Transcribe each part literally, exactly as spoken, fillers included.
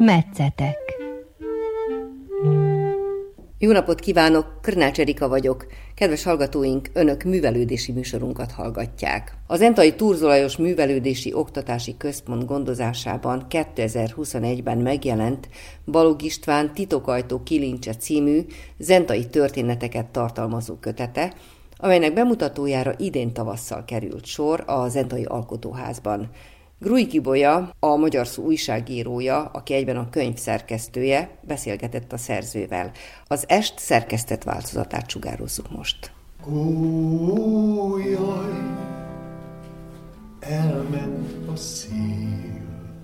Metszetek. Jó napot kívánok, Krnács Erika vagyok. Kedves hallgatóink, önök művelődési műsorunkat hallgatják. Az Zentai Túrzolajos Művelődési Oktatási Központ gondozásában kétezer-huszonegyben megjelent Balogh István Titokajtó kilincse című zentai történeteket tartalmazó kötete, amelynek bemutatójára idén tavasszal került sor a Zentai Alkotóházban. Grujk Ibolya, a Magyar Szó újságírója, aki egyben a könyv szerkesztője, beszélgetett a szerzővel. Az est szerkesztett változatát sugározzuk most. Ó, jaj, elment a szél,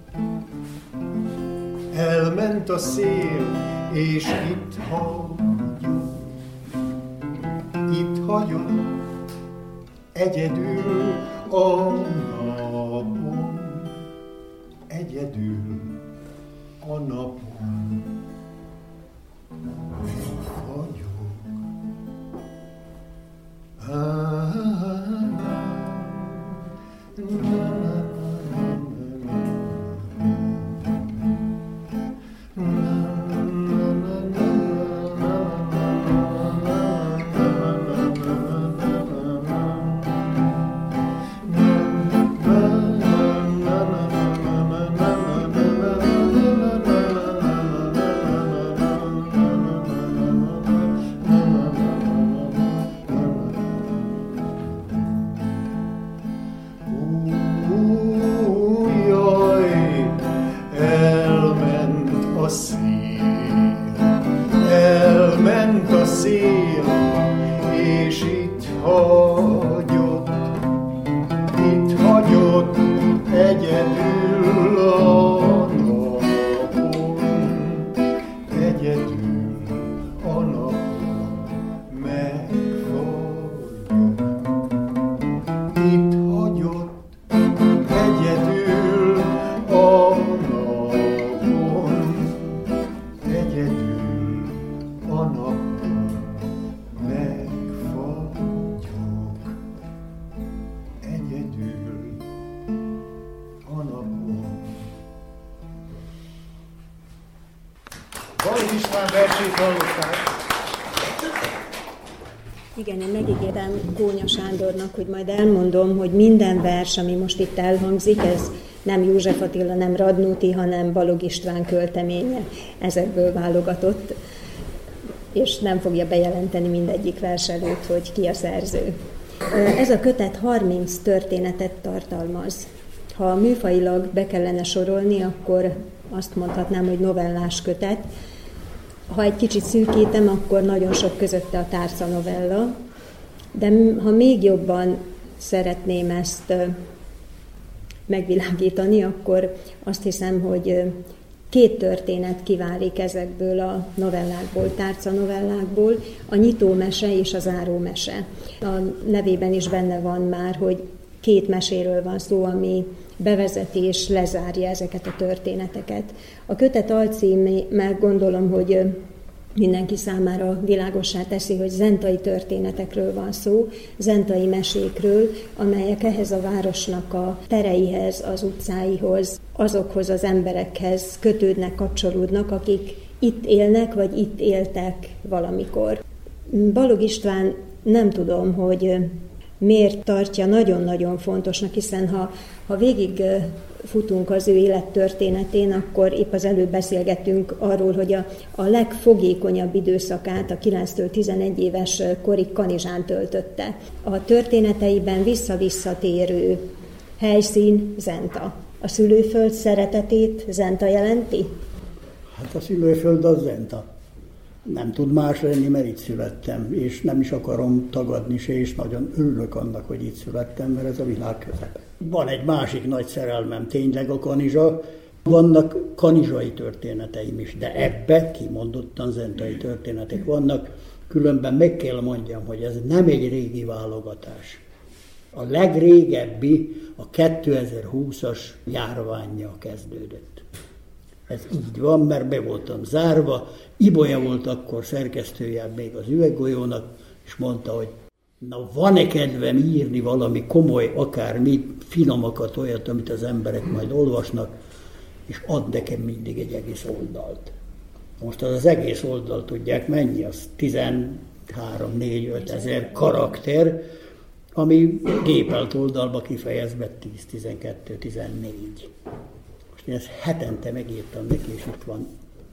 elment a szél, és itt hagyom, itt hagyom, egyedül a napon, egyedül a napon, itt hagyom. Ah, Igen, én megígérem Gónya Sándornak, hogy majd elmondom, hogy minden vers, ami most itt elhangzik, ez nem József Attila, nem Radnóti, hanem Balogh István költeménye, ezekből válogatott, és nem fogja bejelenteni mindegyik vers előtt, hogy ki a szerző. Ez a kötet harminc történetet tartalmaz. Ha műfajilag be kellene sorolni, akkor azt mondhatnám, hogy novellás kötet. Ha egy kicsit szűkítem, akkor nagyon sok közötte a tárca novella, de ha még jobban szeretném ezt megvilágítani, akkor azt hiszem, hogy két történet kiválik ezekből a novellákból, tárca novellákból, a nyitómese és a zárómese. A nevében is benne van már, hogy két meséről van szó, ami bevezeti és lezárja ezeket a történeteket. A kötet alcímmel gondolom, hogy mindenki számára világossá teszi, hogy zentai történetekről van szó, zentai mesékről, amelyek ehhez a városnak a tereihez, az utcáihoz, azokhoz az emberekhez kötődnek, kapcsolódnak, akik itt élnek, vagy itt éltek valamikor. Balogh István nem tudom, hogy miért tartja nagyon-nagyon fontosnak, hiszen ha, ha végig futunk az ő élettörténetén, akkor épp az előbb beszélgettünk arról, hogy a, a legfogékonyabb időszakát a kilenctől tizenegy éves korig Kanizsán töltötte. A történeteiben vissza-visszatérő helyszín Zenta. A szülőföld szeretetét Zenta jelenti? Hát a szülőföld az Zenta. Nem tud más lenni, mert itt születtem, és nem is akarom tagadni se, és nagyon örülök annak, hogy itt születtem, mert ez a világ közepe. Van egy másik nagy szerelmem, tényleg a Kanizsa. Vannak kanizsai történeteim is, de ebbe kimondottan zentai történetek vannak. Különben meg kell mondjam, hogy ez nem egy régi válogatás. A legrégebbi a kétezer-húszas járvánnyal kezdődött. Ez így van, mert be voltam zárva. Ibolya volt akkor szerkesztője még az Üveggolyónak, és mondta, hogy na van-e kedvem írni valami komoly, akármit, finomakat, olyat, amit az emberek majd olvasnak. és ad nekem mindig egy egész oldalt. Most az az egész oldal, tudják mennyi? Az tizenhárom, négy, öt ezer karakter, ami gépelt oldalba kifejezve tíz, tizenkettő, tizennégy. Most én ezt hetente megírtam neki, és itt van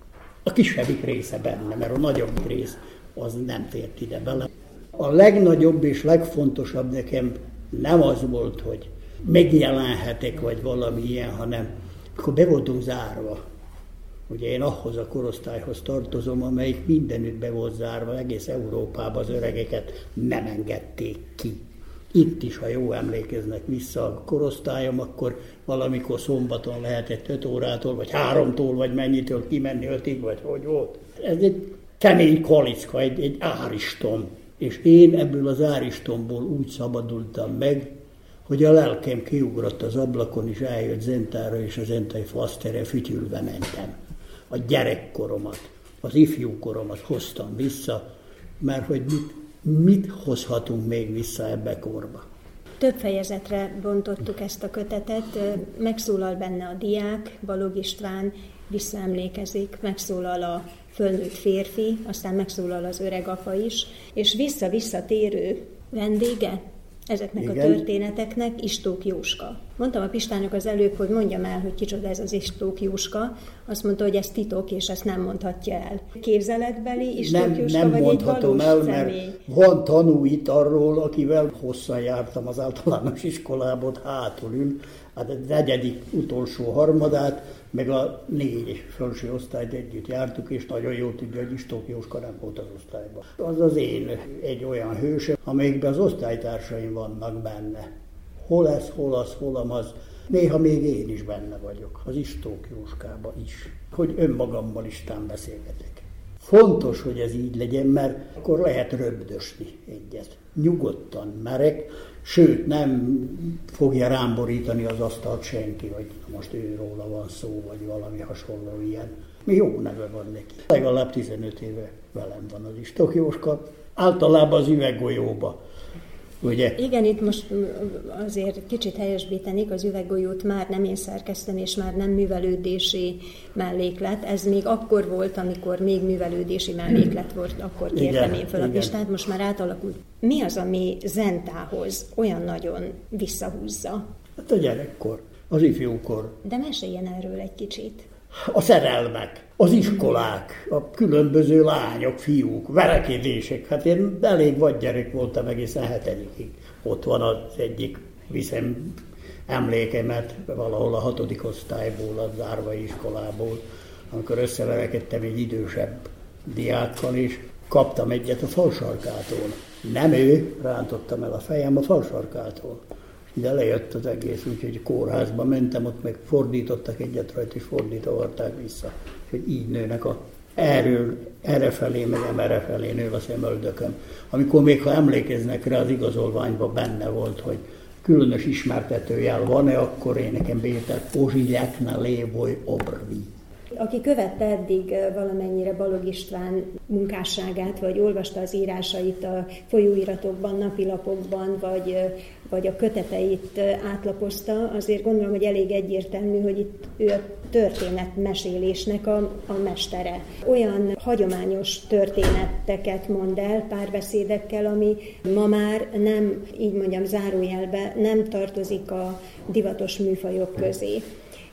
a kisebbik része benne, mert a nagyobb rész az nem fért ide bele. A legnagyobb és legfontosabb nekem nem az volt, hogy megjelenhetek, vagy valami ilyen, hanem akkor be voltunk zárva. Ugye én ahhoz a korosztályhoz tartozom, amelyik mindenütt be volt zárva, egész Európában az öregeket nem engedték ki. Itt is, ha jól emlékeznek vissza a korosztályom, akkor valamikor szombaton lehetett öt órától, vagy háromtól, vagy mennyitől kimenni ötig, vagy hogy volt. Ez egy kemény kalicka, egy, egy áristom. És én ebből az áristomból úgy szabadultam meg, hogy a lelkem kiugrott az ablakon, és eljött Zentára, és a zentai flasztere fütyülve mentem. A gyerekkoromat, az ifjúkoromat hoztam vissza, mert hogy mit, mit hozhatunk még vissza ebbe korba. Több fejezetre bontottuk ezt a kötetet, megszólal benne a diák, Balogh István visszaemlékezik, megszólal a fölnőtt férfi, aztán megszólal az öreg apa is, és vissza-visszatérő vendége ezeknek Igen. a történeteknek Istók Jóska. Mondtam a Pistának az előbb, hogy mondjam el, hogy kicsoda ez az Istók Jóska. Azt mondta, hogy ez titok, és ezt nem mondhatja el. Képzeletbeli Istók nem, Jóska, nem vagy mondhatom egy el, személy? Mert van tanú itt arról, akivel hosszan jártam az általános iskolából, hátul ül, hát a negyedik utolsó harmadát, meg a négy felső osztályt együtt jártuk, és nagyon jól tudja, hogy Istók Jóska nem volt az osztályban. Az az én egy olyan hőse, amelyikben az osztálytársaim vannak benne. Hol ez, hol az, hol amaz. Néha még én is benne vagyok, az Istók Jóskában is, hogy önmagammal Isten beszélgetek. Fontos, hogy ez így legyen, mert akkor lehet röbdösni egyet. Nyugodtan merek, sőt, nem fogja rám borítani az asztalt senki, hogy most őróla van szó, vagy valami hasonló ilyen. Mi jó neve van neki. Legalább tizenöt éve velem van az Istók Jóska, általában az üveggolyóba. Ugye? Igen, itt most azért kicsit helyesbítenik, az üveggolyót már nem én szerkeztem, és már nem művelődési melléklet. Ez még akkor volt, amikor még művelődési melléklet volt, akkor kértem igen, én fel a Pistát, most már átalakult. Mi az, ami Zentához olyan nagyon visszahúzza? Hát a gyerekkor, az ifjúkor. De meséljen erről egy kicsit. A szerelmek, az iskolák, a különböző lányok, fiúk, verekedések. Hát én elég vadgyerek voltam egészen hetedikig. Ott van az egyik, viszem emlékemet valahol a hatodik osztályból, a zárvai iskolából, amikor összeverekedtem egy idősebb diákkal, és kaptam egyet a falsarkától. Nem ő, rántottam el a fejem a falsarkától. De lejött az egész, úgyhogy kórházba mentem, ott meg fordítottak egyet rajta, és fordítva varták vissza. Hogy így nőnek a erről, errefelé, meg nem errefelé nő a szemöldököm. Amikor még, ha emlékeznek rá, az igazolványban benne volt, hogy különös ismertetőjel van-e, akkor én nekem bételt Pozsilyekna lévoj obrvi. Aki követte eddig valamennyire Balogh István munkásságát, vagy olvasta az írásait a folyóiratokban, napilapokban, vagy, vagy a köteteit átlapozta, azért gondolom, hogy elég egyértelmű, hogy itt ő a történetmesélésnek a, a mestere. Olyan hagyományos történeteket mond el párbeszédekkel, ami ma már nem, így mondjam zárójelbe, nem tartozik a divatos műfajok közé.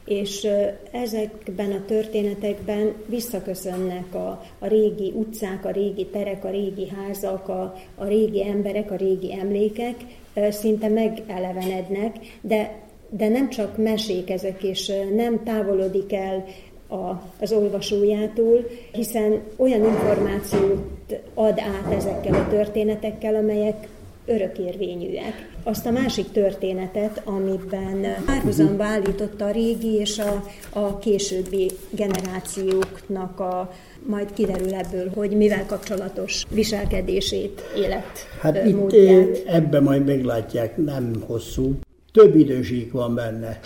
És ezekben a történetekben visszaköszönnek a, a régi utcák, a régi terek, a régi házak, a, a régi emberek, a régi emlékek, szinte megelevenednek, de, de nem csak mesék ezek, és nem távolodik el a, az olvasójától, hiszen olyan információt ad át ezekkel a történetekkel, amelyek örökérvényűek. Azt a másik történetet, amiben párhuzamba állította a régi és a, a későbbi generációknak a, majd kiderül ebből, hogy mivel kapcsolatos viselkedését, életmódját. Hát itt ebben majd meglátják, nem hosszú. Több idősík van benne.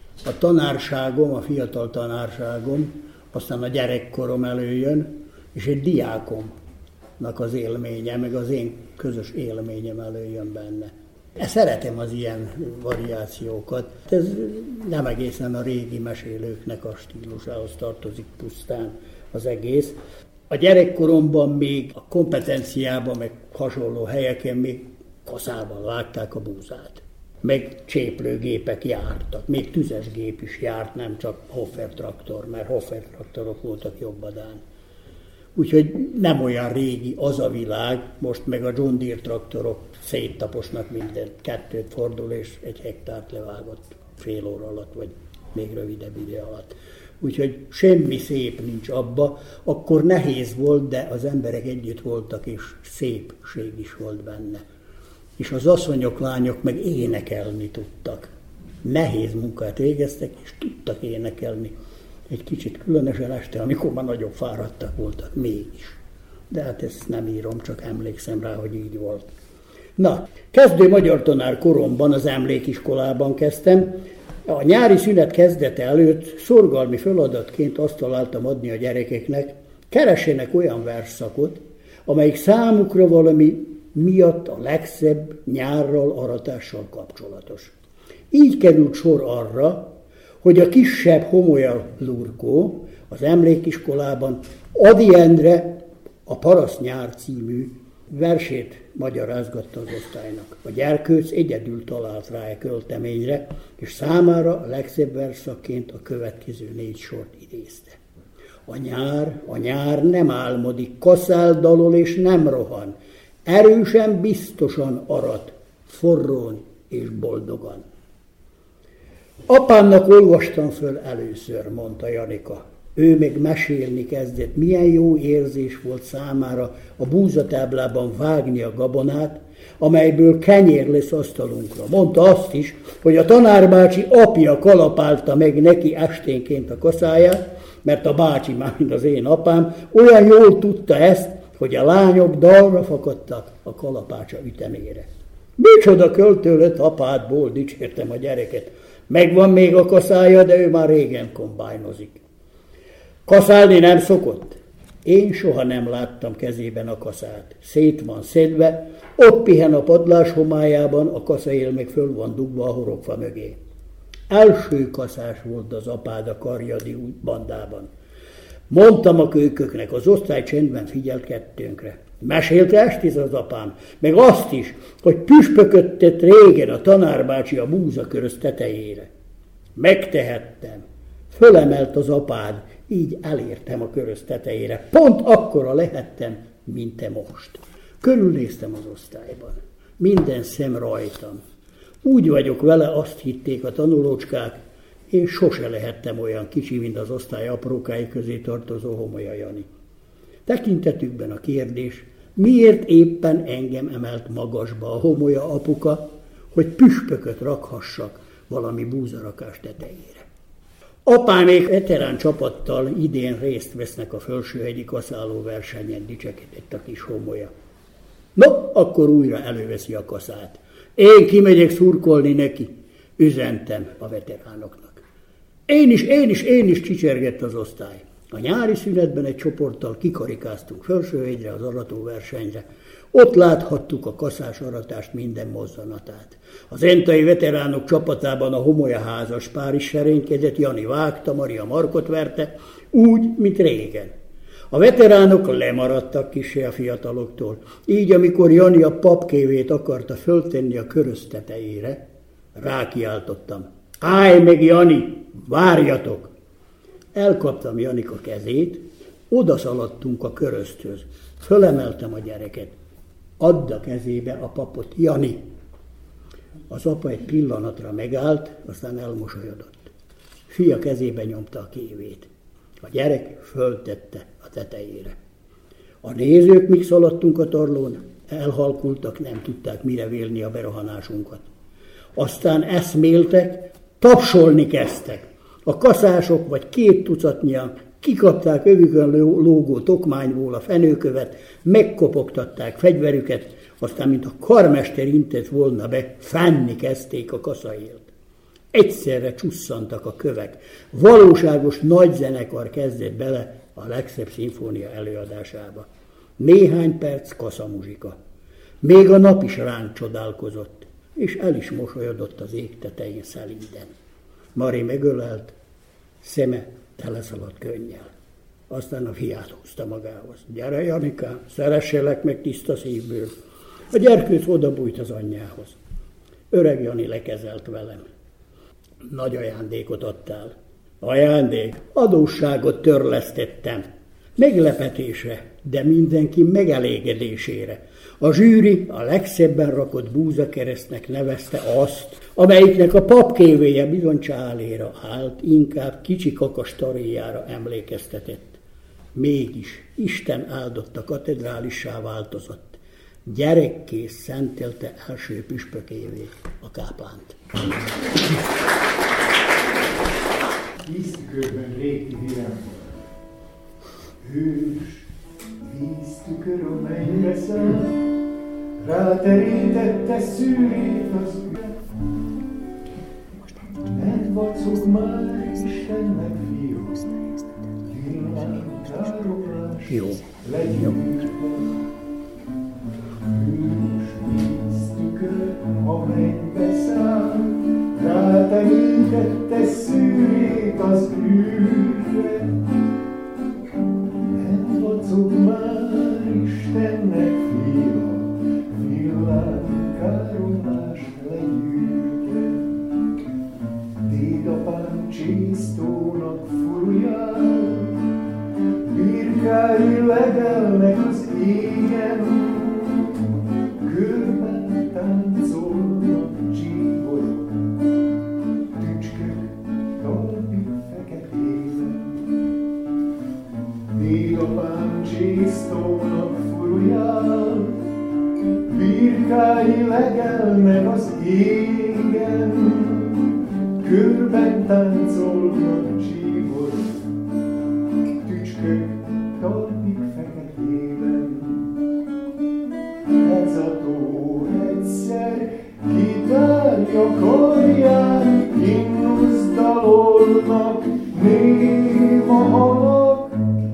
A tanárságom, a fiatal tanárságom, aztán a gyerekkorom előjön, és egy diákomnak az élménye, meg az én közös élményem előjön benne. Szeretem az ilyen variációkat. Ez nem egészen a régi mesélőknek a stílusához tartozik pusztán az egész. A gyerekkoromban még a kompetenciában, meg hasonló helyeken még kaszával vágták a búzát. Meg cséplőgépek jártak, még tüzes gép is járt, nem csak Hofer traktor, mert Hofer traktorok voltak jobbadán. Úgyhogy nem olyan régi az a világ, most meg a John Deere traktorok széttaposnak minden, kettőt fordul és egy hektárt levágott fél óra alatt, vagy még rövidebb idő alatt. Úgyhogy semmi szép nincs abba, akkor nehéz volt, de az emberek együtt voltak, és szépség is volt benne. És az asszonyok, lányok meg énekelni tudtak. Nehéz munkát végeztek, és tudtak énekelni. Egy kicsit különösen este, amikor már nagyobb fáradtak voltak, mégis. De hát ezt nem írom, csak emlékszem rá, hogy így volt. Na, kezdő magyar tanár koromban az emlékiskolában kezdtem. A nyári szünet kezdete előtt szorgalmi feladatként azt találtam adni a gyerekeknek, keressenek olyan versszakot, amelyik számukra valami miatt a legszebb nyárral, aratással kapcsolatos. Így került sor arra, hogy a kisebb Homolya Lurkó az emlékiskolában Ady Endre a Paraszt nyár című versét magyarázgatta az osztálynak. A gyerkőc egyedül talált rá e költeményre, és számára a legszebb versszakként a következő négy sort idézte. A nyár, a nyár nem álmodik, kaszál, dalol és nem rohan, erősen, biztosan arat, forrón és boldogan. Apámnak olvastam föl először, mondta Janika. Ő meg mesélni kezdett, milyen jó érzés volt számára a búzatáblában vágni a gabonát, amelyből kenyér lesz asztalunkra. Mondta azt is, hogy a tanárbácsi apja kalapálta meg neki esténként a kaszáját, mert a bácsi, már mint az én apám, olyan jól tudta ezt, hogy a lányok dalra fakadtak a kalapácsa ütemére. Micsoda költő lett apádból, dicsértem a gyereket. Megvan még a kaszája, de ő már régen kombájnozik. Kaszálni nem szokott? Én soha nem láttam kezében a kaszát. Szét van szedve, ott pihen a padlás homályában, a kaszaél meg föl van dugva a horogfa mögé. Első kaszás volt az apád a karjadi bandában. Mondtam a kölyköknek, az osztály csendben figyelt kettőnkre. Mesélte estis az apám, meg azt is, hogy püspököt tett régen a tanárbácsi a búzaköröz tetejére. Megtehettem. Fölemelt az apád, így elértem a köröz tetejére. Pont akkora lehettem, mint te most. Körülnéztem az osztályban. Minden szem rajtam. Úgy vagyok vele, azt hitték a tanulócskák, én sose lehettem olyan kicsi, mint az osztály aprókái közé tartozó Homolya Jani. Tekintetükben a kérdés, miért éppen engem emelt magasba a Homolya apuka, hogy püspököt rakhassak valami búzarakás tetejére. Apámék veterán csapattal idén részt vesznek a felsőhegyi kaszáló versenyen, dicsekedett a kis Homolya. No, akkor újra előveszi a kaszát. Én kimegyek szurkolni neki, üzentem a veteránoknak. Én is, én is, én is, csicsergett az osztály. A nyári szünetben egy csoporttal kikarikáztunk Felsőhegyre, az aratóversenyre. Ott láthattuk a kaszás aratást minden mozzanatát. Az entai veteránok csapatában a Homolya házas pár is serénykedett, Jani vágta, Maria markot verte, úgy, mint régen. A veteránok lemaradtak kissé a fiataloktól, így amikor Jani a papkévét akarta föltenni a köröz tetejére, rákiáltottam. Állj meg, Jani, várjatok! Elkaptam Janika kezét, odaszaladtunk a körözthöz. Fölemeltem a gyereket. Add a kezébe a papot, Jani! Az apa egy pillanatra megállt, aztán elmosolyodott. Fia kezébe nyomta a kévét. A gyerek föltette a tetejére. A nézők, míg szaladtunk a torlón, elhalkultak, nem tudták mire vélni a berohanásunkat. Aztán eszméltek, tapsolni kezdtek. A kaszások vagy két tucatnyian kikapták övükön lógó tokmányból a fenőkövet, megkopogtatták fegyverüket, aztán, mint a karmester intett volna be, fenni kezdték a kaszaélt. Egyszerre csusszantak a kövek. Valóságos nagy zenekar kezdett bele a legszebb szimfónia előadásába. Néhány perc kaszamuzsika. Még a nap is ránk csodálkozott. és el is mosolyodott az ég tetején szelíden. Mari megölelt, szeme teleszaladt könnyel. Aztán a fiát húzta magához. Gyere, Janikám, szeresselek meg tiszta szívből. A gyerkőc odabújt az anyjához. Öreg Jani lekezelt velem. Nagy ajándékot adtál. Ajándék? Adósságot törlesztettem. Meglepetésre, de mindenki megelégedésére. A zsűri a legszebben rakott búzakeresztnek nevezte azt, amelyiknek a papkévéje bizony csáléra állt, inkább kicsi kakas taréjára emlékeztetett. Mégis Isten áldotta katedrálissá változott. Gyerekké szentelte első püspökévé a káplánt. Víztükörben régi virám volt. Hős víztükör, amelyre száll, ráterítette szűrét az üvet. Nem vacog már Istennek fiú, villámtárolás legyűjtve. Hős víztükör, amelybe száll, ráterítette szűrét az űrre. Nem vacog már Istennek fia, villámkáromlás legyűjtve. Dédapám csisztónak furujál, birkái legelnek az égen, körben táncolnak csíborok, tücskök talpig feketében. Dédapám csisztónak furujál, birkái legelnek az égen, körben táncolnak csíborok, tücskök talpig feketében. Ez a tó egyszer kitárja karját, himnusz dalolnak néma halak.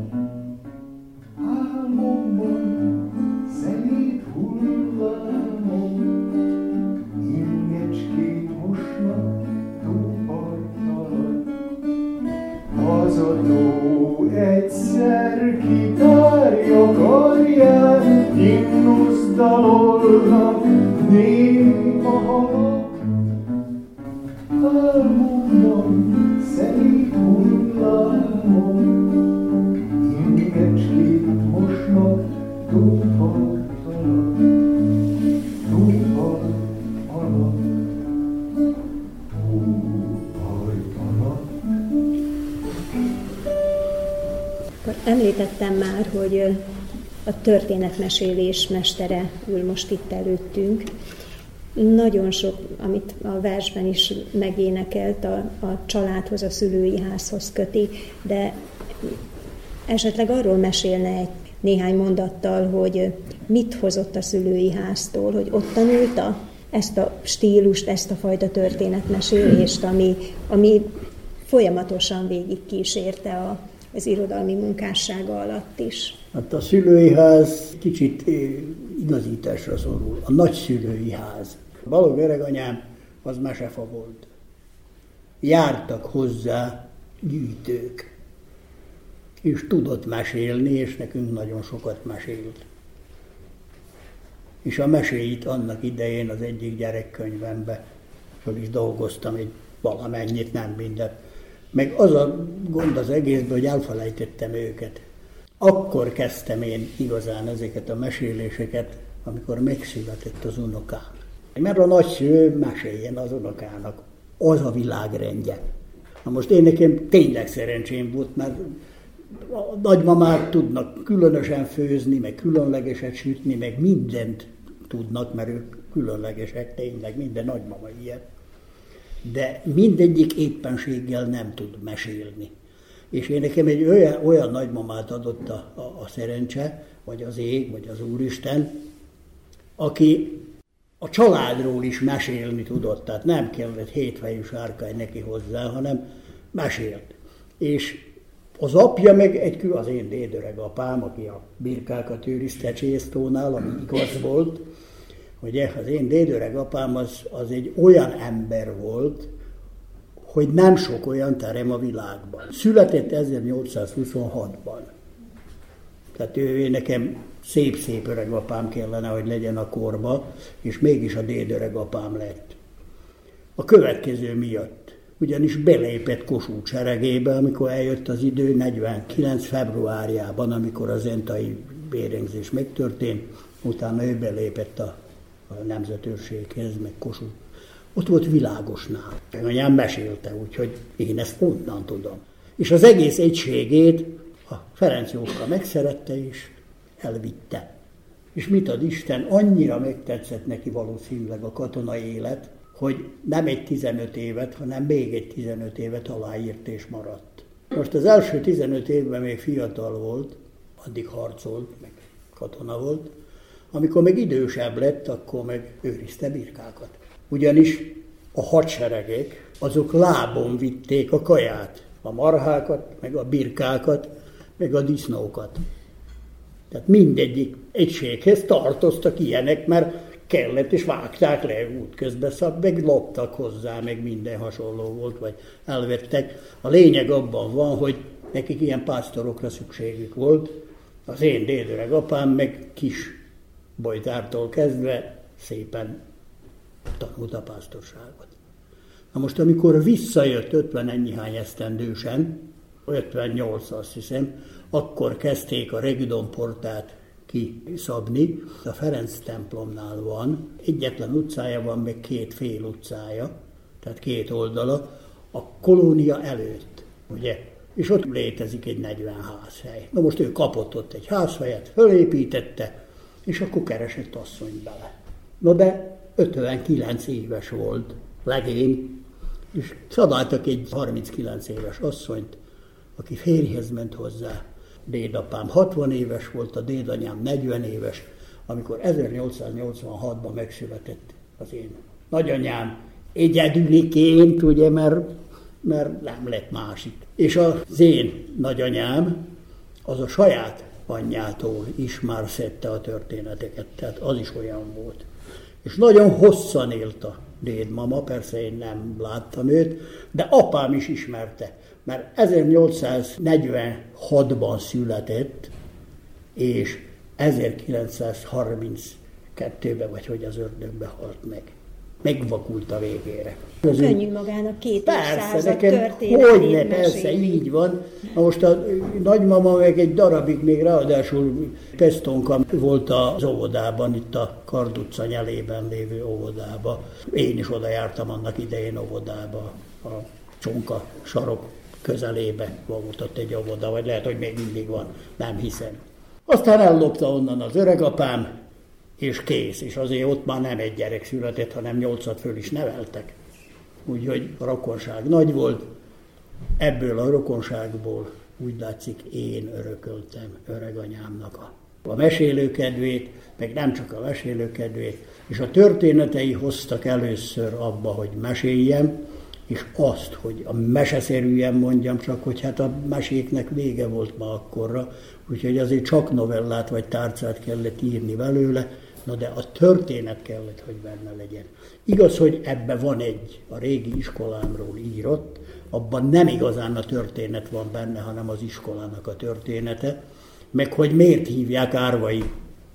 Álmomban szelíd hullámok, ingecskét mosnak tóparttalat. Az a tó egyszer kitárja karját, himnusz dalolnak néma halak. Álmomban szelíd hullámok, ingecskét mosnak tóparttalat. Tópart alatt, tópart alatt. Akkor említettem már, hogy a történetmesélés mestere ül most itt előttünk. Nagyon sok, amit a versben is megénekelt, a, a családhoz, a szülői házhoz köti, de esetleg arról mesélne egy néhány mondattal, hogy mit hozott a szülői háztól, hogy ott tanulta ezt a stílust, ezt a fajta történetmesélést, ami, ami folyamatosan végig kísérte a, az irodalmi munkássága alatt is. Hát a szülői ház kicsit igazításra szorul. A nagyszülői ház. Balogh öreganyám az mesefa volt. Jártak hozzá gyűjtők. És tudott mesélni, és nekünk nagyon sokat mesélt. És a meséit annak idején az egyik gyerekkönyvemben föl is dolgoztam, egy valamennyit, nem mindent. Meg az a gond az egészben, hogy elfelejtettem őket. Akkor kezdtem én igazán ezeket a meséléseket, amikor megszületett az unokám. Mert a nagyszülő meséljen az unokának. Az a világrendje. Na most én nekem tényleg szerencsém volt, mert a nagymamák tudnak különösen főzni, meg különlegeset sütni, meg mindent tudnak, mert ők különlegesek, tényleg minden nagymama ilyen. De mindegyik éppenséggel nem tud mesélni. És én nekem egy olyan, olyan nagymamát adott a, a, a szerencse, vagy az ég, vagy az Úristen, aki a családról is mesélni tudott, tehát nem kellett hétfejű sárkány neki hozzá, hanem mesélt. És az apja meg egy, az én dédöreg apám, aki a birkákat őrizte Csésztónál, ami igaz volt, Ugye az én dédöreg apám az, az egy olyan ember volt, hogy nem sok olyan terem a világban. Született ezernyolcszázhuszonhatban. Tehát ő nekem szép-szép öreg apám kellene, hogy legyen a korba, és mégis a dédöreg apám lett. A következő miatt. Ugyanis belépett Kossuth seregébe, amikor eljött az idő negyvenkilenc februárjában, amikor az entai vérengzés megtörtént, utána ő belépett a, a nemzetőrséghez, meg Kossuth. Ott volt Világosnál. Anyám mesélte, úgyhogy én ezt onnan tudom. És az egész egységét a Ferenc Jóska megszerette és elvitte. És mit ad Isten, annyira megtetszett neki valószínűleg a katonai élet, hogy nem egy tizenöt évet, hanem még egy tizenöt évet aláírt és maradt. Most az első tizenöt évben még fiatal volt, addig harcolt, meg katona volt. Amikor meg idősebb lett, akkor meg őrizte birkákat. Ugyanis a hadseregek, azok lábon vitték a kaját, a marhákat, meg a birkákat, meg a disznókat. Tehát mindegyik egységhez tartoztak ilyenek, mert kellett, és vágták le útközben, szóval meg loptak hozzá, meg minden hasonló volt, vagy elvettek. A lényeg abban van, hogy nekik ilyen pásztorokra szükségük volt. Az én dédöreg apám meg kis bojtártól kezdve szépen tanult a pásztorságot. Na most, amikor visszajött ötven ennyihány esztendősen, ötvennyolc azt hiszem, akkor kezdték a Regidon-portát kiszabni. A Ferenc templomnál van, egyetlen utcája van, meg két fél utcája, tehát két oldala, a kolónia előtt, ugye? És ott létezik egy negyven házhely. Na most ő kapott ott egy házhelyet, fölépítette, és akkor keresett asszonyt bele. Na de ötvenkilenc éves volt, legény, és szadáltak egy harminckilenc éves asszonyt, aki férjhez ment hozzá. Dédapám hatvan éves volt, a dédanyám negyven éves, amikor ezernyolcszáznyolcvanhatban megszületett az én nagyanyám egyedüliként, ugye, mert, mert nem lett másik. És az én nagyanyám az a saját anyjától is már szedte a történeteket, tehát az is olyan volt. És nagyon hosszan élt a dédmama, persze én nem láttam őt, de apám is ismerte, mert ezernyolcszáznegyvenhatban született, és ezerkilencszázharminckettőben, vagy hogy az ördögbe halt meg. Megvakult a végére. Könnyű magának két évszázad történetét persze, így van. Na most a nagymama meg egy darabig még ráadásul Pestonka volt az óvodában, itt a Kard utca nyelében lévő óvodában. Én is oda jártam annak idején óvodába, a Csonka sarok közelébe volt ott egy óvoda, vagy lehet, hogy még mindig van, nem hiszem. Aztán ellopta onnan az öregapám, és kész, és azért ott már nem egy gyerek született, hanem nyolcat föl is neveltek. Úgyhogy a rokonság nagy volt, ebből a rokonságból úgy látszik én örököltem öreganyámnak a, a mesélőkedvét, meg nem csak a mesélőkedvét, és a történetei hoztak először abba, hogy meséljem, és azt, hogy a meseszerűen mondjam csak, hogy hát a meséknek vége volt ma akkorra, úgyhogy azért csak novellát vagy tárcát kellett írni belőle, na de a történet kellett, hogy benne legyen. Igaz, hogy ebben van egy, a régi iskolámról írott, abban nem igazán a történet van benne, hanem az iskolának a története, meg hogy miért hívják Árvai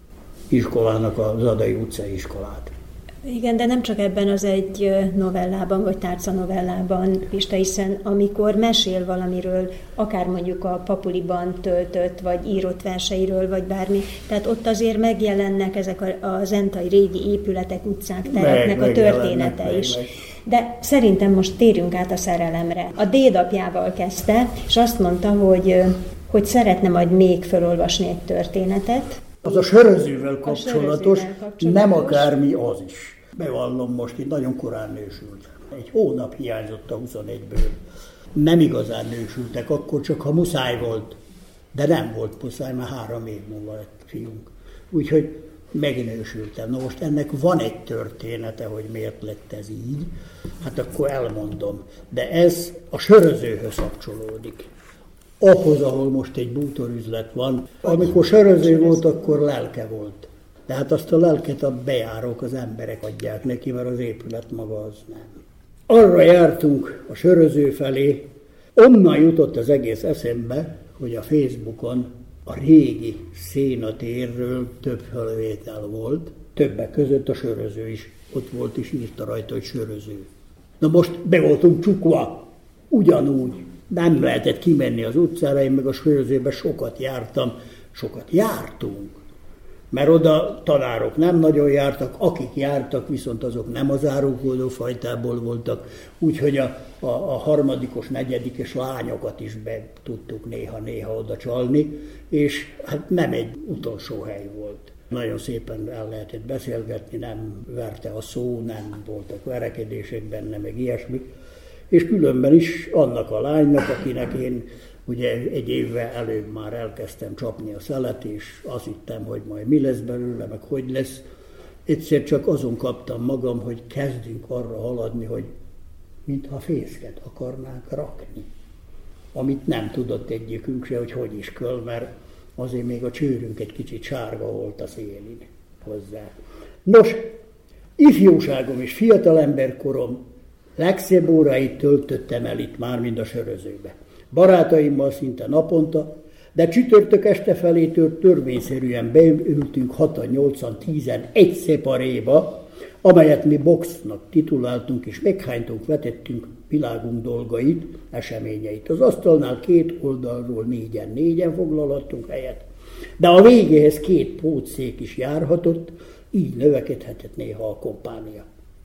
iskolának az Adai utcai iskolát. Igen, de nem csak ebben az egy novellában, vagy tárcanovellában, Pista, hiszen amikor mesél valamiről, akár mondjuk a Papuliban töltött, vagy írott verseiről, vagy bármi, tehát ott azért megjelennek ezek a, a zentai régi épületek, utcák, tereknek meg, a története meg, is. Meg, meg. De szerintem most térjünk át a szerelemre. A dédapjával kezdte, és azt mondta, hogy, hogy szeretne majd még felolvasni egy történetet. Az a sörözővel kapcsolatos, nem akármi az is. Bevallom, most itt nagyon korán nősült. Egy hónap hiányzott a huszonegyből. Nem igazán nősültek, akkor csak ha muszáj volt. De nem volt muszáj, mert három év múlva lett fiunk. Úgyhogy megnősültem. Na most ennek van egy története, hogy miért lett ez így. Hát akkor elmondom. De ez a sörözőhöz kapcsolódik. Ahhoz, ahol most egy bútorüzlet van. Amikor söröző volt, akkor lelke volt. De hát azt a lelket a bejárók, az emberek adják neki, mert az épület maga az nem. Arra jártunk a Söröző felé, onnan jutott az egész eszembe, hogy a Facebookon a régi szénatérről több felvétel volt, többek között a Söröző is. Ott volt és írta rajta, hogy Söröző. Na most be voltunk csukva, ugyanúgy. Nem lehetett kimenni az utcára, én meg a Sörözőbe sokat jártam, sokat jártunk. Mert oda tanárok nem nagyon jártak, akik jártak, viszont azok nem az árulkodó fajtából voltak, úgyhogy a, a, a harmadikos, negyedikes lányokat is be tudtuk néha-néha oda csalni, és hát nem egy utolsó hely volt. Nagyon szépen el lehetett beszélgetni, nem verte a szó, nem voltak verekedések benne, meg ilyesmik. És különben is annak a lánynak, akinek én ugye egy évvel előbb már elkezdtem csapni a szelet, és azt hittem, hogy majd mi lesz belőle, meg hogy lesz. Egyszer csak azon kaptam magam, hogy kezdünk arra haladni, hogy mintha fészket akarnánk rakni. Amit nem tudott egyikünk se, hogy hogy is köl, mert azért még a csőrünk egy kicsit sárga volt a szélén hozzá. Nos, ifjúságom és fiatalemberkorom legszebb óráit töltöttem el itt már, mind a Sörözőbe. Barátaimmal szinte naponta, de csütörtök este felétől törvényszerűen beültünk hatan, tízen egy szeparéba, amelyet mi boxnak tituláltunk, és meghánytunk, vetettünk világunk dolgait, eseményeit. Az asztalnál két oldalról négyen, négyen foglalhattunk helyet, de a végéhez két pótszék is járhatott, így növekedhetett néha a kompánia.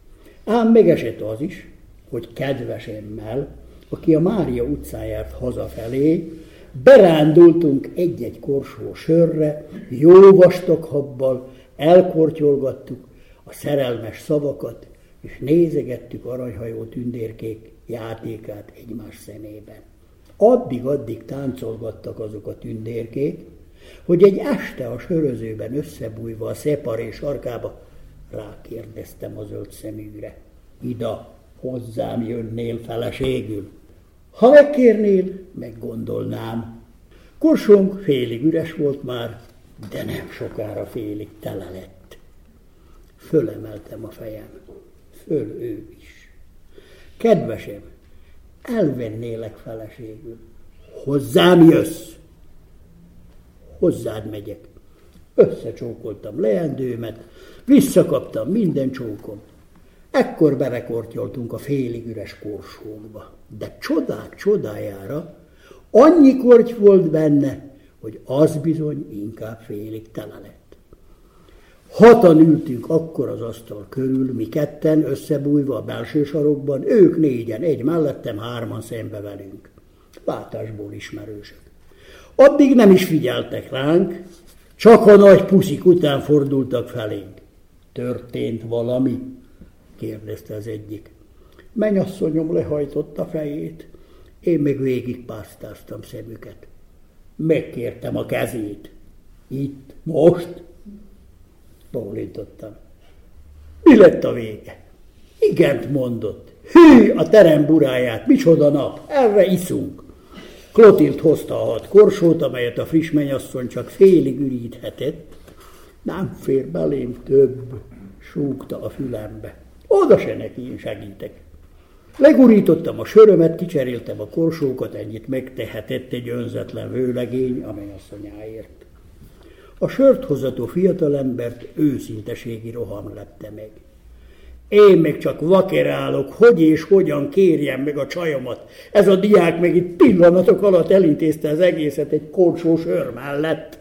Ám megesett az is, hogy kedvesemmel, aki a Mária utcán járt hazafelé, berándultunk egy-egy korsó sörre, jó vastag habbal, elkortyolgattuk a szerelmes szavakat, és nézegettük aranyhajó tündérkék játékát egymás szemében. Addig-addig táncolgattak azok a tündérkék, hogy egy este a Sörözőben összebújva a szeparé sarkába rákérdeztem a zöld szeműre. Ida, hozzám jönnél feleségül? Ha megkérnél, meggondolnám. Korsónk félig üres volt már, de nem sokára félig tele lett. Fölemeltem a fejem, föl ő is. Kedvesem, elvennélek feleségül. Hozzám jössz? Hozzád megyek. Összecsókoltam leendőmet, visszakaptam minden csókom. Ekkor belekortyoltunk a félig üres korsónkba. De csodák csodájára annyi korty volt benne, hogy az bizony inkább félig tele lett. Hatan ültünk akkor az asztal körül, mi ketten összebújva a belső sarokban, ők négyen, egy mellettem, hárman szembe velünk. Látásból ismerősök. Addig nem is figyeltek ránk, csak a nagy puszik után fordultak felénk. Történt valami? Kérdezte az egyik. Mennyasszonyom lehajtotta fejét, én meg végig pásztáztam szemüket. Megkértem a kezét. Itt, most? Bólintottam. Mi lett a vége? Igent mondott. Hű, a terem buráját, micsoda nap, erre iszunk. Klotild hozta a hat korsót, amelyet a friss mennyasszony csak félig üríthetett. Nem fér belém több, súgta a fülembe. Oda se neki, én segítek. Legurítottam a sörömet, kicseréltem a korsókat, ennyit megtehetett egy önzetlen vőlegény a mennyasszonyáért. A sört hozató fiatalembert őszinteségi roham lepte meg. Én meg csak vakerálok, hogy és hogyan kérjem meg a csajomat. Ez a diák meg itt pillanatok alatt elintézte az egészet egy korsó sör mellett.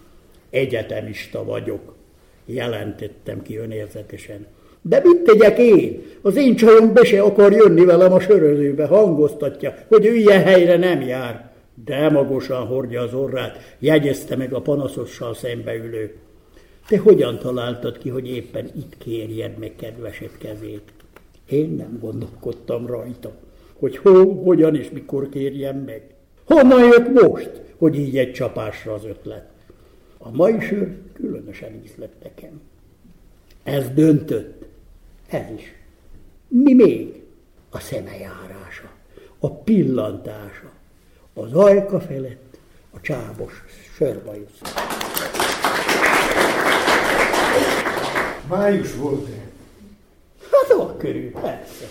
Egyetemista vagyok, jelentettem ki önérzetesen. De mit tegyek én? Az én csajom be se akar jönni velem a Sörözőbe, hangoztatja, hogy ő ilyen helyre nem jár. De magosan hordja az orrát, jegyezte meg a panaszossal szembeülő. Te hogyan találtad ki, hogy éppen itt kérjed meg kedvesed kezét? Én nem gondolkodtam rajta, hogy hol, hogyan és mikor kérjem meg. Honnan jött most, hogy így egy csapásra az ötlet? A mai sör különösen ízlett nekem. Ez döntött. Ez is. Mi még? A szemejárása, a pillantása, az ajka felett, a csábos sörbajusz. Május volt-e? Hát ott körül, persze.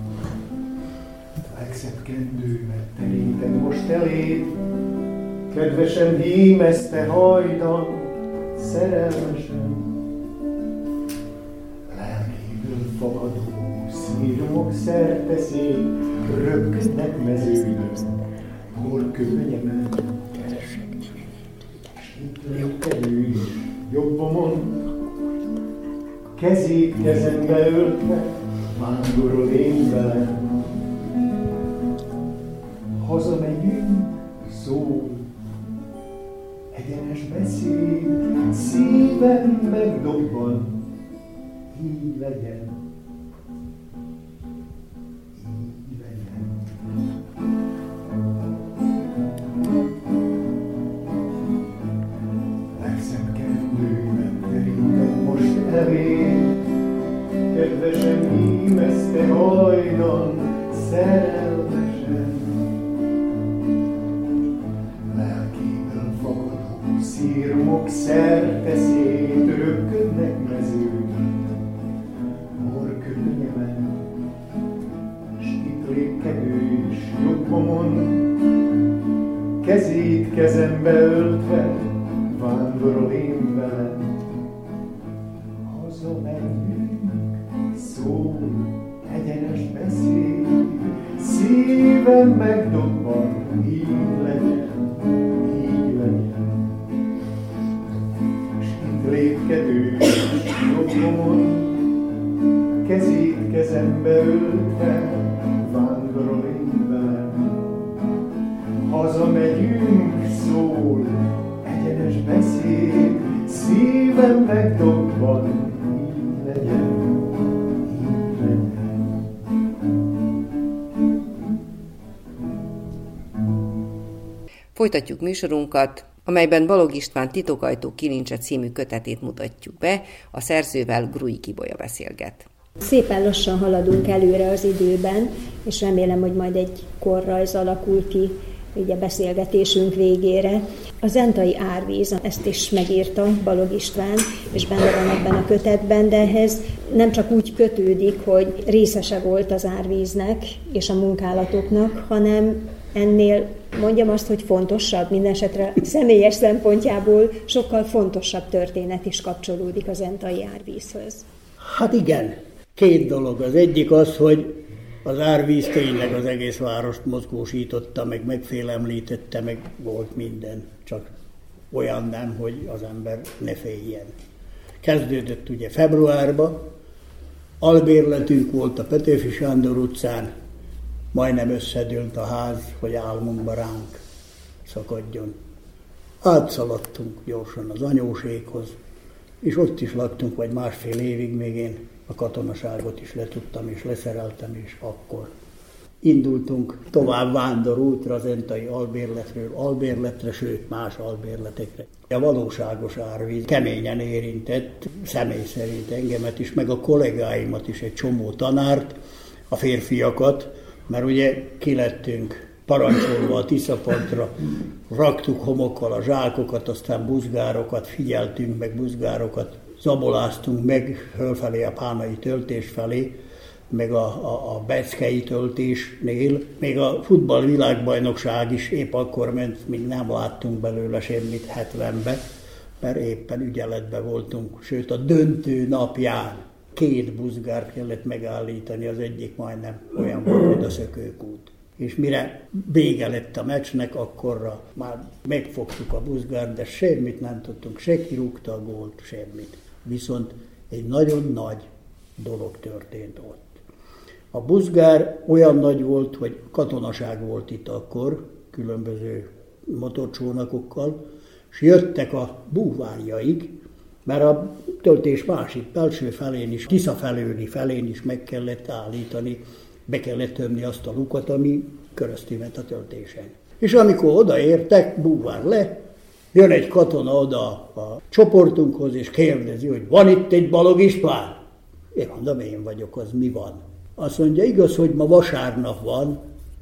A legszebb kendőmet teríted most eléd, kedvesen hímezte hajdan, szerelmesen. Lelkéből fogadó szírmok szerteszék, röpködnek mezőben, horkönyemen. Lépkedő is jobbomon, kezét kezembe öltve, vándorol én velem. Hazamegyünk, szól, egyenes beszéd, szívem megdobban, így legyen, így legyen. Legszebb kendőmet terítem most eléd, kedvesen hímezte hajdan, szerelmesen. Lelkéből fakadó szírmok szerteszét, röpködnek mezőben, horkönyemen. S itt lépkedő is jobbomon, kezét kezembe öltve, vándorol én velem. Hazamegyünk, szól, egyenes beszéd, szívem megdobban, így legyen, így legyen. S itt lépkedő jobbomon, kezét kezembe öltve, vándorol én velem. Hazamegyünk, szól, egyenes beszéd, szívem megdobban, így legyen, így legyen. Folytatjuk műsorunkat, amelyben Balogh István Titokajtó kilincse című kötetét mutatjuk be, a szerzővel Grui Kibolya beszélget. Szépen lassan haladunk előre az időben, és remélem, hogy majd egy korrajz alakul ki ugye beszélgetésünk végére. A zentai árvíz, ezt is megírta Balogh István, és benne van ebben a kötetben, de ehhez nem csak úgy kötődik, hogy részese volt az árvíznek és a munkálatoknak, hanem ennél mondjam azt, hogy fontosabb, mindenesetre személyes szempontjából sokkal fontosabb történet is kapcsolódik a zentai árvízhöz. Hát igen, két dolog. Az egyik az, hogy az árvíz tényleg az egész várost mozgósította, meg megfélemlítette, meg volt minden, csak olyan nem, hogy az ember ne féljen. Kezdődött ugye februárban, albérletünk volt a Petőfi Sándor utcán, majdnem összedőlt a ház, hogy álmunkba ránk szakadjon. Átszaladtunk gyorsan az anyóséghoz, és ott is laktunk vagy másfél évig, még én a katonaságot is letudtam és leszereltem, és akkor indultunk tovább vándorútra a zentai albérletről albérletre, sőt más albérletekre. A valóságos árvíz keményen érintett, személy szerint engemet is, meg a kollégáimat is, egy csomó tanárt, a férfiakat, mert ugye kilettünk parancsolva a Tiszapartra, raktuk homokkal a zsákokat, aztán buzgárokat, figyeltünk meg buzgárokat, zaboláztunk meg fölfelé a pánai töltés felé, meg a, a, a beckei töltésnél. Még a futballvilágbajnokság is épp akkor ment, még nem láttunk belőle semmit hetvenben, mert éppen ügyeletben voltunk, sőt a döntő napján két buzgárt kellett megállítani, az egyik majdnem olyan volt, mint a Szökőkút. És mire vége lett a meccsnek, akkorra már megfogtuk a buzgárt, de semmit nem tudtunk, se kirúgta a gólt, semmit. Viszont egy nagyon nagy dolog történt ott. A buzgár olyan nagy volt, hogy katonaság volt itt akkor, különböző motorcsónakokkal, és jöttek a búvárjaik, mert a töltés másik belső felén is, Tisza felőli felén is meg kellett állítani, be kellett tömni azt a lukat, ami köröztül ment a töltésen. És amikor odaértek, búvár le, jön egy katona oda a csoportunkhoz, és kérdezi, hogy van itt egy Balogh István? Én mondom, én vagyok, az mi van? Azt mondja, igaz, hogy ma vasárnap van,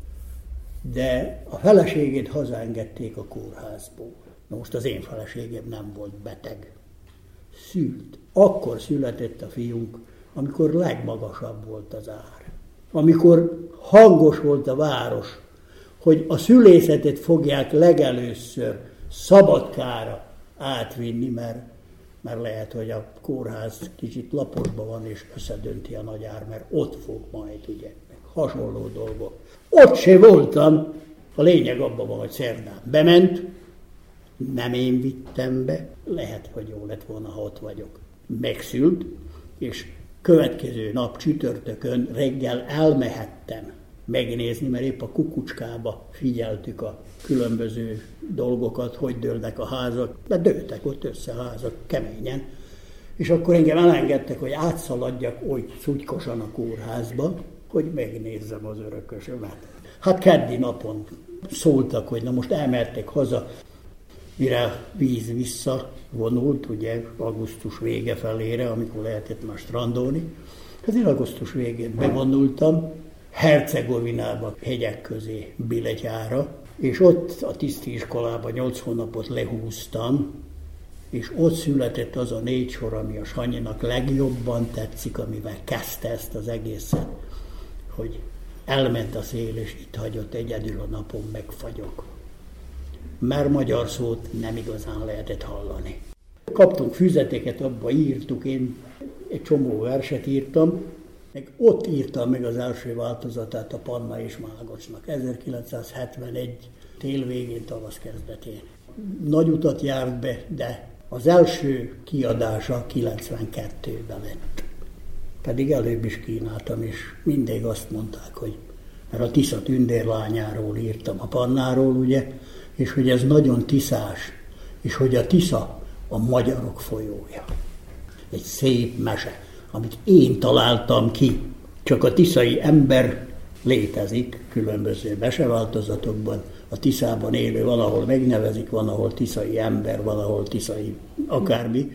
de a feleségét hazaengedték a kórházból. Na most az én feleségem nem volt beteg. Szült. akkor született a fiunk, amikor legmagasabb volt az ár. Amikor hangos volt a város, hogy a szülészetet fogják legelőször Szabadkára átvinni, mert, mert lehet, hogy a kórház kicsit laposban van, és összedönti a nagy ár, mert ott fog majd, ugye, meg hasonló dolgok. Ott se voltam, a lényeg abban van, hogy szerdán bement, nem én vittem be, lehet, hogy jó lett volna, ha ott vagyok. Megszült, és következő nap csütörtökön reggel elmehettem megnézni, mert épp a kukucskába figyeltük a különböző dolgokat, hogy dőlnek a házak, de dőltek ott össze a házak keményen. És akkor engem elengedtek, hogy átszaladjak oly szutykosan a kórházba, hogy megnézzem az örökösömet. Hát keddi napon szóltak, hogy na most elmertek haza, mire víz visszavonult, ugye augusztus vége felére, amikor lehetett már strandolni. Hát én augusztus végén bevonultam Hercegovinába, hegyek közé Biletyára, és ott a tiszti iskolában nyolc hónapot lehúztam, és ott született az a négy sor, ami a Sanyinak legjobban tetszik, amivel kezdte ezt az egészet, hogy elment a szél, és itt hagyott egyedül a napon megfagyok. Mert magyar szót nem igazán lehetett hallani. Kaptunk füzeteket, abba írtuk, én egy csomó verset írtam, meg ott írtam meg az első változatát a Panna és Mágocsnak, ezerkilencszázhetvenegy tél végén, tavasz kezdetén. Nagy utat járt be, de az első kiadása kilencvenkettőben lett. Pedig előbb is kínáltam, és mindig azt mondták, hogy mert a Tisza tündérlányáról írtam, a Pannáról, ugye, és hogy ez nagyon tiszás, és hogy a Tisza a magyarok folyója. Egy szép mese, amit én találtam ki. Csak a tiszai ember létezik különböző meseváltozatokban. A Tiszában élő valahol megnevezik, van, ahol tiszai ember, valahol tiszai akármi.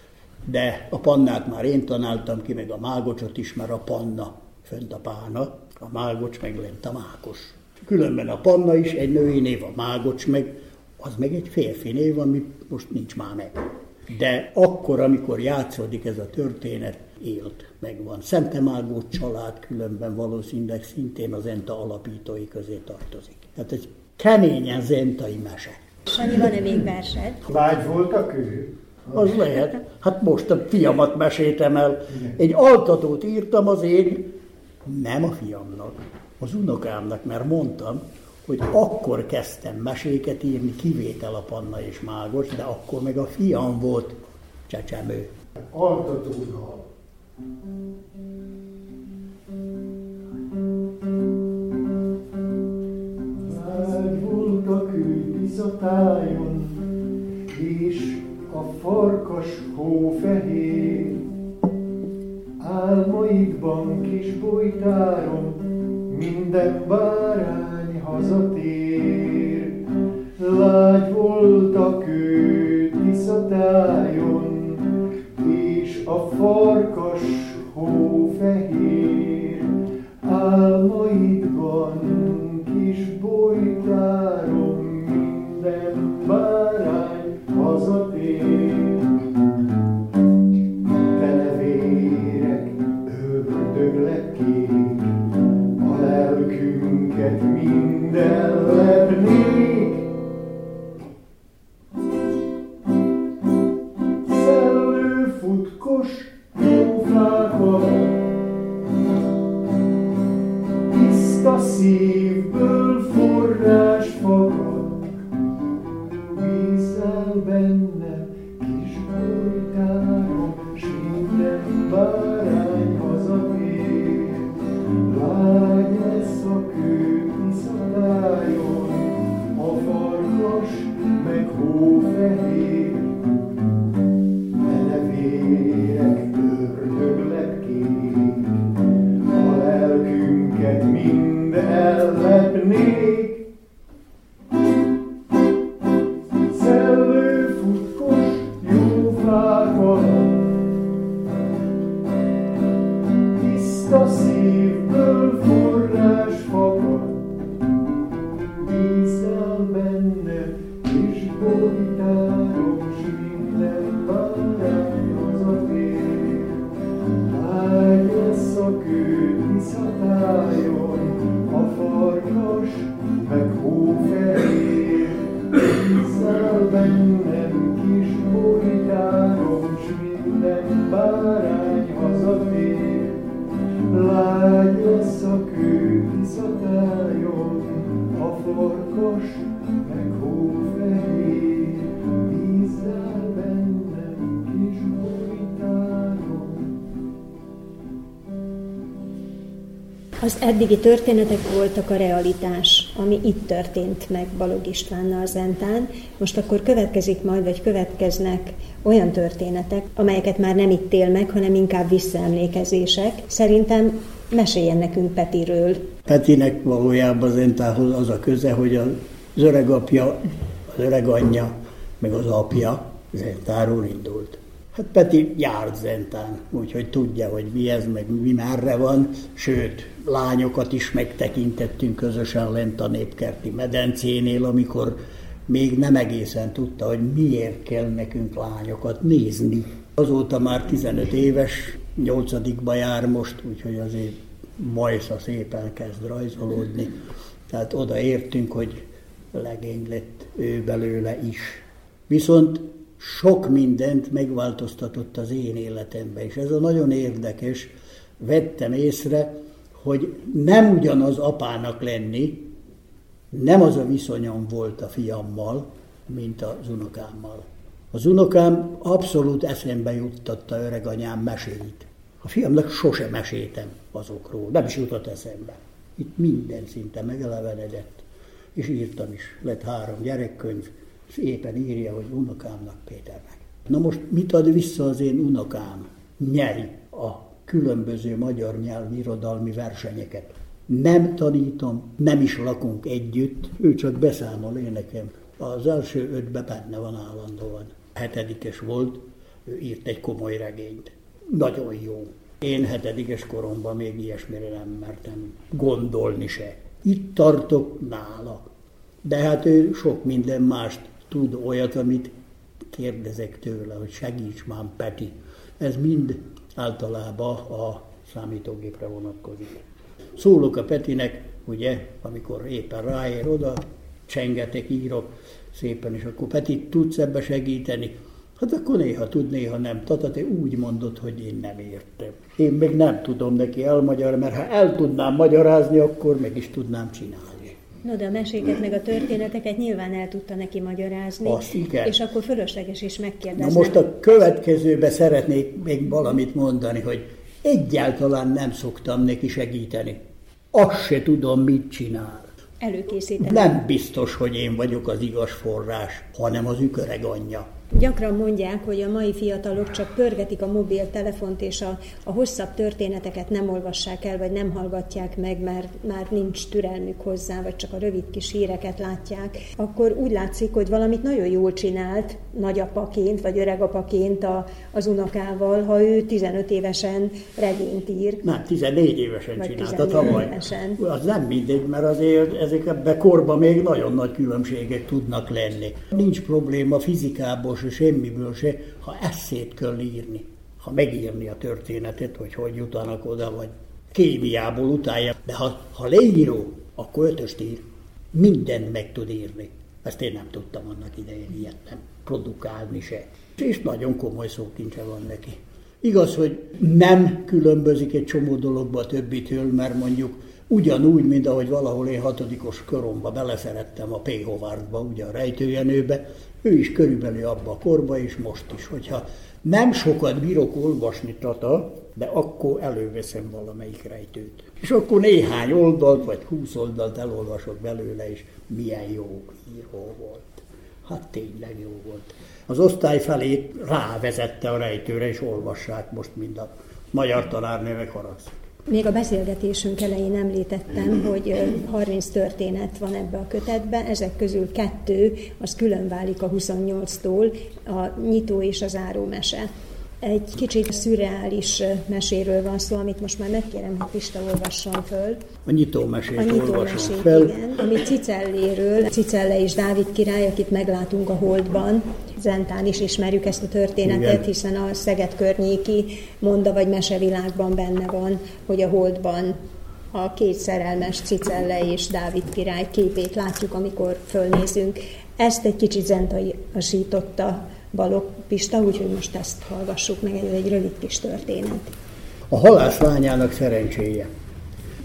De a Pannát már én találtam ki, meg a Mágocsot is, mert a Panna fönt a Pána, a Mágocs meg lent a Mákos. Különben a Panna is egy női név, a Mágocs meg, az meg egy férfi név, ami most nincs már meg. De akkor, amikor játszódik ez a történet, élt, megvan. Szentemágó család különben valószínűleg szintén az Zenta alapítói közé tartozik. Tehát egy keményen zentai mese. Sanyi, van-e még versed? Lágy voltak ő? Az lehet. Hát most a fiamat meséltem el. Egy altatót írtam az én, nem a fiamnak, az unokámnak, mert mondtam, hogy akkor kezdtem meséket írni, kivétel a Panna és Mágos, de akkor meg a fiam volt csecsemő. Altatónal. Lágy voltak ő Tiszatájon, és a farkas hófehér. Álmaidban kis bojtáron minden bárány hazatér. Lágy voltak ő Tiszatájon, és a farkas hófehér. Álmaidban kis bojtáron minden bárány hazatér. Tenevérek, ördög kék, a lelkünket minden lepnék. Szellő futkos jófákat, tiszta szívből forrás fakad. Bízzál bennem, kis bojtárom, s minden bárány hazatér. Lágy lesz a kő Tiszatájon, a farkas meg hófehér. Tenevérek, ördöglepkék, a lelkünket mind ellepnék. Szellő futkos jófákat, tiszta szívből forrás fakad. Bízzál bennem, kis bojtárom, s minden bárány hazatér. Raggassz a kő visszatájon, a farkas meg hófehér, bízzál bennem kis bújtáron. Az eddigi történetek voltak a realitás, ami itt történt meg Balogh Istvánnal Zentán. Most akkor következik majd, vagy következnek olyan történetek, amelyeket már nem itt él meg, hanem inkább visszaemlékezések. Szerintem meséljen nekünk Petiről. Petinek valójában Zentához az a köze, hogy az öregapja, az öreganyja, meg az apja Zentáról indult. Hát Peti járt Zentán, úgyhogy tudja, hogy mi ez, meg mi merre van, sőt, lányokat is megtekintettünk közösen lent a Népkerti medencénél, amikor még nem egészen tudta, hogy miért kell nekünk lányokat nézni. Azóta már tizenöt éves, nyolcadikba jár most, úgyhogy azért majsza szépen kezd rajzolódni. Tehát oda értünk, hogy legény lett ő belőle is. Viszont sok mindent megváltoztatott az én életemben, és ez a nagyon érdekes, vettem észre, hogy nem ugyanaz apának lenni, nem az a viszonyom volt a fiammal, mint az unokámmal. Az unokám abszolút eszembe juttatta öreganyám meséit. A fiamnak sosem meséltem azokról, nem is jutott eszembe. Itt minden szinte megelevenedett, és írtam is. Lett három gyerekkönyv, és éppen írja, hogy unokámnak, Péternek. Na most mit ad vissza az én unokám? Nyeri a különböző magyar nyelv irodalmi versenyeket. Nem tanítom, nem is lakunk együtt, ő csak beszámol én nekem. Az első ötben benne van állandóan. Hetedikes volt, ő írt egy komoly regényt. Nagyon jó. Én hetedikes koromban még ilyesmire nem mertem gondolni se. Itt tartok nála. De hát ő sok minden mást tud, olyat, amit kérdezek tőle, hogy segíts már, Peti. Ez mind általában a számítógépre vonatkozik. Szólok a Petinek, ugye, amikor éppen ráér oda, csengetek, írok szépen, és akkor Peti, tudsz ebbe segíteni? Hát akkor néha tud, néha nem. Tata, te úgy mondod, hogy én nem értem. Én még nem tudom neki elmagyarázni, mert ha el tudnám magyarázni, akkor meg is tudnám csinálni. No, de a meséket meg a történeteket nyilván el tudta neki magyarázni, azt, igen. És akkor fölösleges is megkérdezni. Na most a következőben szeretnék még valamit mondani, hogy egyáltalán nem szoktam neki segíteni. Azt se tudom, mit csinál. Előkészíteni. Nem biztos, hogy én vagyok az igaz forrás, hanem az üköreg anyja. Gyakran mondják, hogy a mai fiatalok csak pörgetik a mobiltelefont, és a, a hosszabb történeteket nem olvassák el, vagy nem hallgatják meg, mert már nincs türelmük hozzá, vagy csak a rövid kis híreket látják. Akkor úgy látszik, hogy valamit nagyon jól csinált nagyapaként, vagy öregapaként a, az unokával, ha ő tizenöt évesen regényt ír. Nem, tizennégy évesen vagy csinálta tavaly. Évesen. Az nem mindegy, mert azért ezek ebben korban még nagyon nagy különbségek tudnak lenni. Nincs probléma fizikából, semmiből se, ha eszét kell írni, ha megírni a történetet, hogy hogy jutanak oda, vagy kémiából utálja. De ha, ha leíró, akkor ötöst ír, mindent meg tud írni. Ezt én nem tudtam annak idején ilyet nem produkálni se. És nagyon komoly szókincse van neki. Igaz, hogy nem különbözik egy csomó dologba a többitől, mert mondjuk ugyanúgy, mint ahogy valahol én hatodikos koromban beleszerettem a P. Howardba, ugye a Rejtőjenőbe, ő is körülbelül abba a korba, és most is, hogyha nem sokat bírok olvasni, Tata, de akkor előveszem valamelyik rejtőt. És akkor néhány oldalt, vagy húsz oldalt elolvasok belőle, és milyen jó író volt. Hát tényleg jó volt. Az osztály felé rávezette a rejtőre, és olvassák most mind a magyar tanárnőnek haragszik. Még a beszélgetésünk elején említettem, hogy harminc történet van ebbe a kötetbe, ezek közül kettő, az külön válik a huszonnyolctól, a nyitó és a záró mese. Egy kicsit szürreális meséről van szó, amit most már megkérem, hogy Pista olvasson föl. A nyitó mesét, a nyitó olvasom mesét, fel. Igen, ami Cicelléről, Cicelle és Dávid király, akit meglátunk a Holdban. Zentán is ismerjük ezt a történetet, igen. Hiszen a Szeged környéki monda vagy mesevilágban benne van, hogy a Holdban a két szerelmes Cicelle és Dávid király képét látjuk, amikor fölnézünk. Ezt egy kicsit zentaiasította Balogh Pista, úgyhogy most ezt hallgassuk meg, egy, egy rövid kis történet. A halász lányának szerencséje.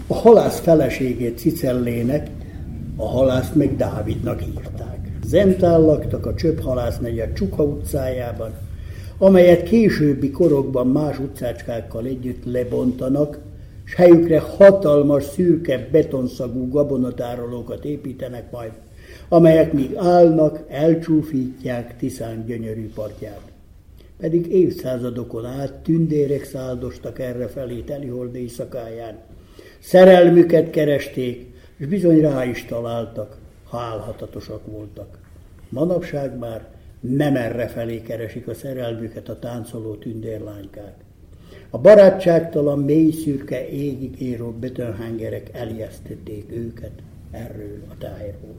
A halász feleségét Cicellének, a halászt meg Dávidnak hívták. Zentán laktak a Csöpp-halász negyed Csuka utcájában, amelyet későbbi korokban más utcácskákkal együtt lebontanak, s helyükre hatalmas, szürke, betonszagú gabonatárolókat építenek majd, amelyek míg állnak, elcsúfítják Tiszán gyönyörű partját. Pedig évszázadokon át tündérek száldostak errefelé telihold éjszakáján. Szerelmüket keresték, és bizony rá is találtak, ha álhatatosak voltak. Manapság már nem errefelé keresik a szerelmüket a táncoló tündérlánykák. A barátságtalan, mély szürke égig éró betonhengerek elijesztették őket erről a tájról.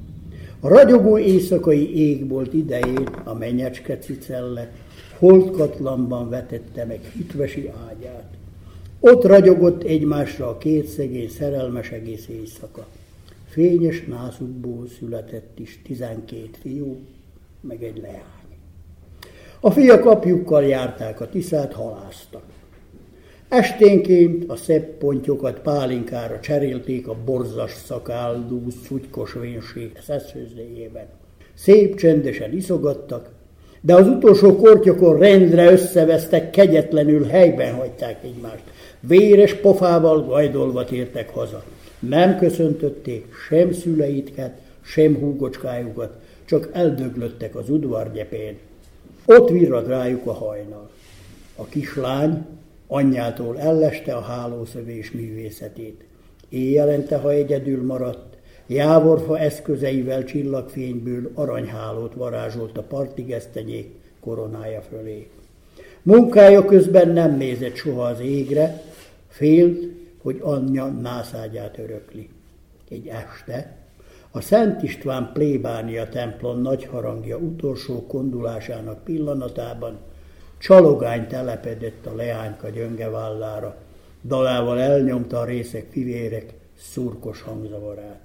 A ragyogó éjszakai égbolt idején a Menyecske Cicelle holdkatlanban vetette meg hitvesi ágyát. Ott ragyogott egymásra a két szegény szerelmes egész éjszaka. Fényes nászukból született is tizenkét fiú, meg egy leány. A fiak apjukkal járták a Tiszát, halásztak. Esténként a szebb pontyokat pálinkára cserélték a borzas szakállú, szutykos vénség szeszfőzdéjében. Szép csendesen iszogattak, de az utolsó kortyokon rendre összevesztek, kegyetlenül helyben hagyták egymást. Véres pofával gajdolva tértek haza. Nem köszöntötték sem szüleitket, sem húgocskájukat, csak eldöglöttek az udvar gyepén. Ott virrad rájuk a hajnal. A kislány anyjától elleste a hálószövés művészetét. Éjjelente, ha egyedül maradt, jávorfa eszközeivel csillagfényből aranyhálót varázsolt a partigesztenyék koronája fölé. Munkája közben nem nézett soha az égre, félt, hogy anyja nászágyát örökli. Egy este a Szent István plébánia templom nagy harangja utolsó kondulásának pillanatában csalogány telepedett a leányka gyönge vállára, dalával elnyomta a részek fivérek szurkos hangzavarát.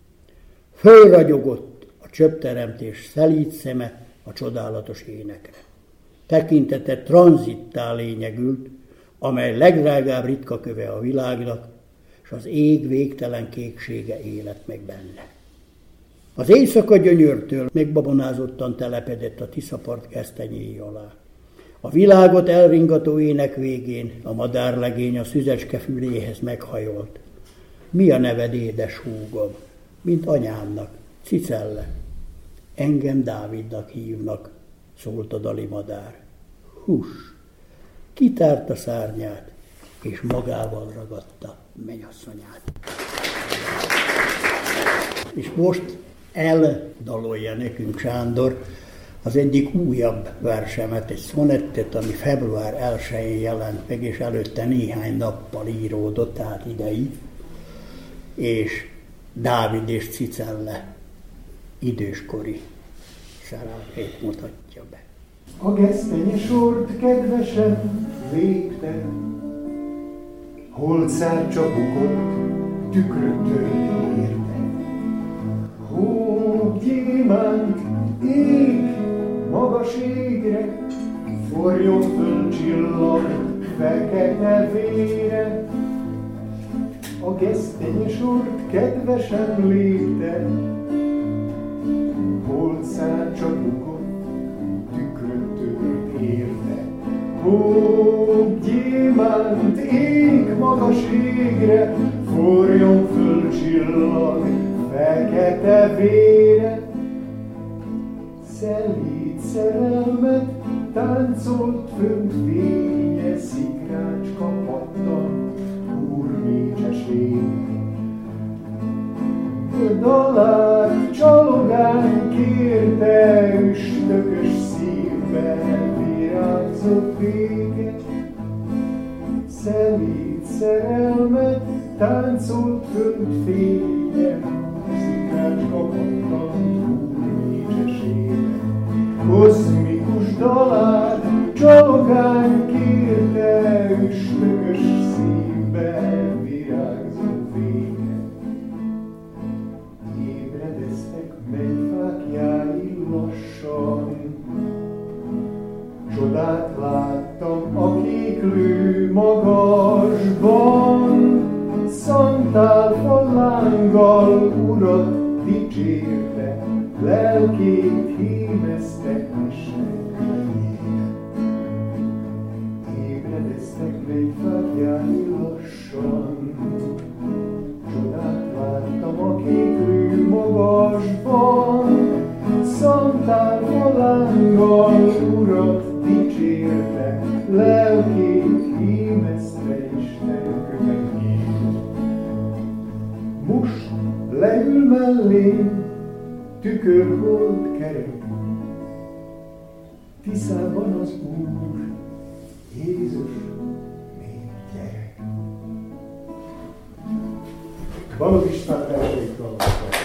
Fölragyogott a csöppteremtés szelíd szeme a csodálatos énekre. Tekintete tranzittá lényegült, amely legdrágább ritka köve a világnak, és az ég végtelen kéksége élet meg benne. Az éjszaka gyönyörtől megbabonázottan telepedett a Tiszapart gesztenyéi alá. A világot elringató ének végén a madárlegény a szüzecske füléhez meghajolt. Mi a neved, édes húgom? Mint anyámnak, Cicelle. Engem Dávidnak hívnak, szólt a dali madár. Hús! Kitárta szárnyát, és magával ragadta mennyasszonyát. És most eldalolja nekünk Sándor az egyik újabb versemet, egy szonettet, ami február elsején jelent meg, és előtte néhány nappal íródott, tehát idei, és Dávid és Cicelle időskori szerelmét mutatja be. A gesztenyesort kedvesen lépte, holtszárcsa bukott, tükröttől érte. Hó, gyémánt, ég, magas égre, forjon föl csillag, fekete vére. A gesztenyesort kedvesen lépte, holtszárcsa bukott, érte. Hó, gyémánt, ég, magas égre, forjon föl csillag, fekete vére. Szelíd szerelmet táncolt fönt fénye, szikrácska pattan, úrmécseség. Dalát csalogány kérte, üstökös szívben virágzott véget. Szelíd szerelmet táncolt fönt fénye, szikrácska pattan, úrmécseség. Kozmikus dalát csalogány kérte, üstökös szívben virágzott véget. Ébredeztek mennyfák jái lassan, csodát láttam a kéklő magasban, szang hímeztek istenkönyvére. Ébredeztek még fátyái lassan, csodát láttam a kékű magasban, szantárva lánggal urat dicsérte, lelkék hímezte Isten könyvét. Most leül mellém tükörhold kerek, Tiszában az Úr, Jézus, még gyerek. Balogh István versenytől.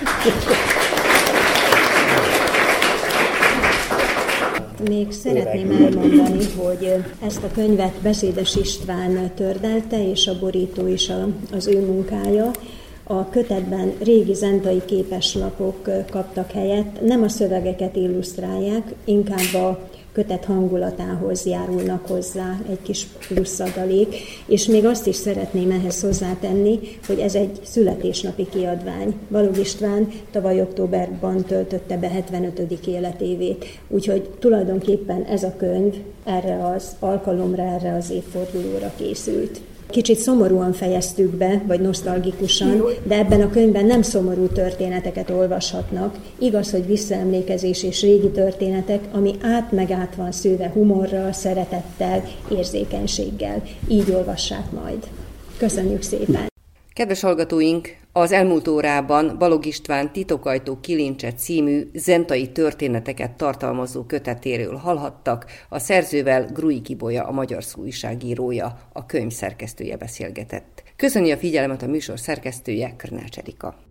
Még szeretném elmondani, hogy ezt a könyvet Beszédes István tördelte, és a borító is az ő munkája. A kötetben régi zentai képeslapok kaptak helyet, nem a szövegeket illusztrálják, inkább a kötet hangulatához járulnak hozzá egy kis plusz adalék, és még azt is szeretném ehhez hozzátenni, hogy ez egy születésnapi kiadvány. Balogh István tavaly októberben töltötte be hetvenötödik életévét, úgyhogy tulajdonképpen ez a könyv erre az alkalomra, erre az évfordulóra készült. Kicsit szomorúan fejeztük be, vagy nosztalgikusan, de ebben a könyvben nem szomorú történeteket olvashatnak. Igaz, hogy visszaemlékezés és régi történetek, ami át meg át van szőve humorral, szeretettel, érzékenységgel. Így olvassák majd. Köszönjük szépen! Kedves hallgatóink, az elmúlt órában Balogh István Titokajtó Kilincse című zentai történeteket tartalmazó kötetéről hallhattak, a szerzővel Gruik Ibolya, a Magyar Szó újságírója, a könyv szerkesztője beszélgetett. Köszönjük a figyelmet a műsor szerkesztője, Krnács Erika.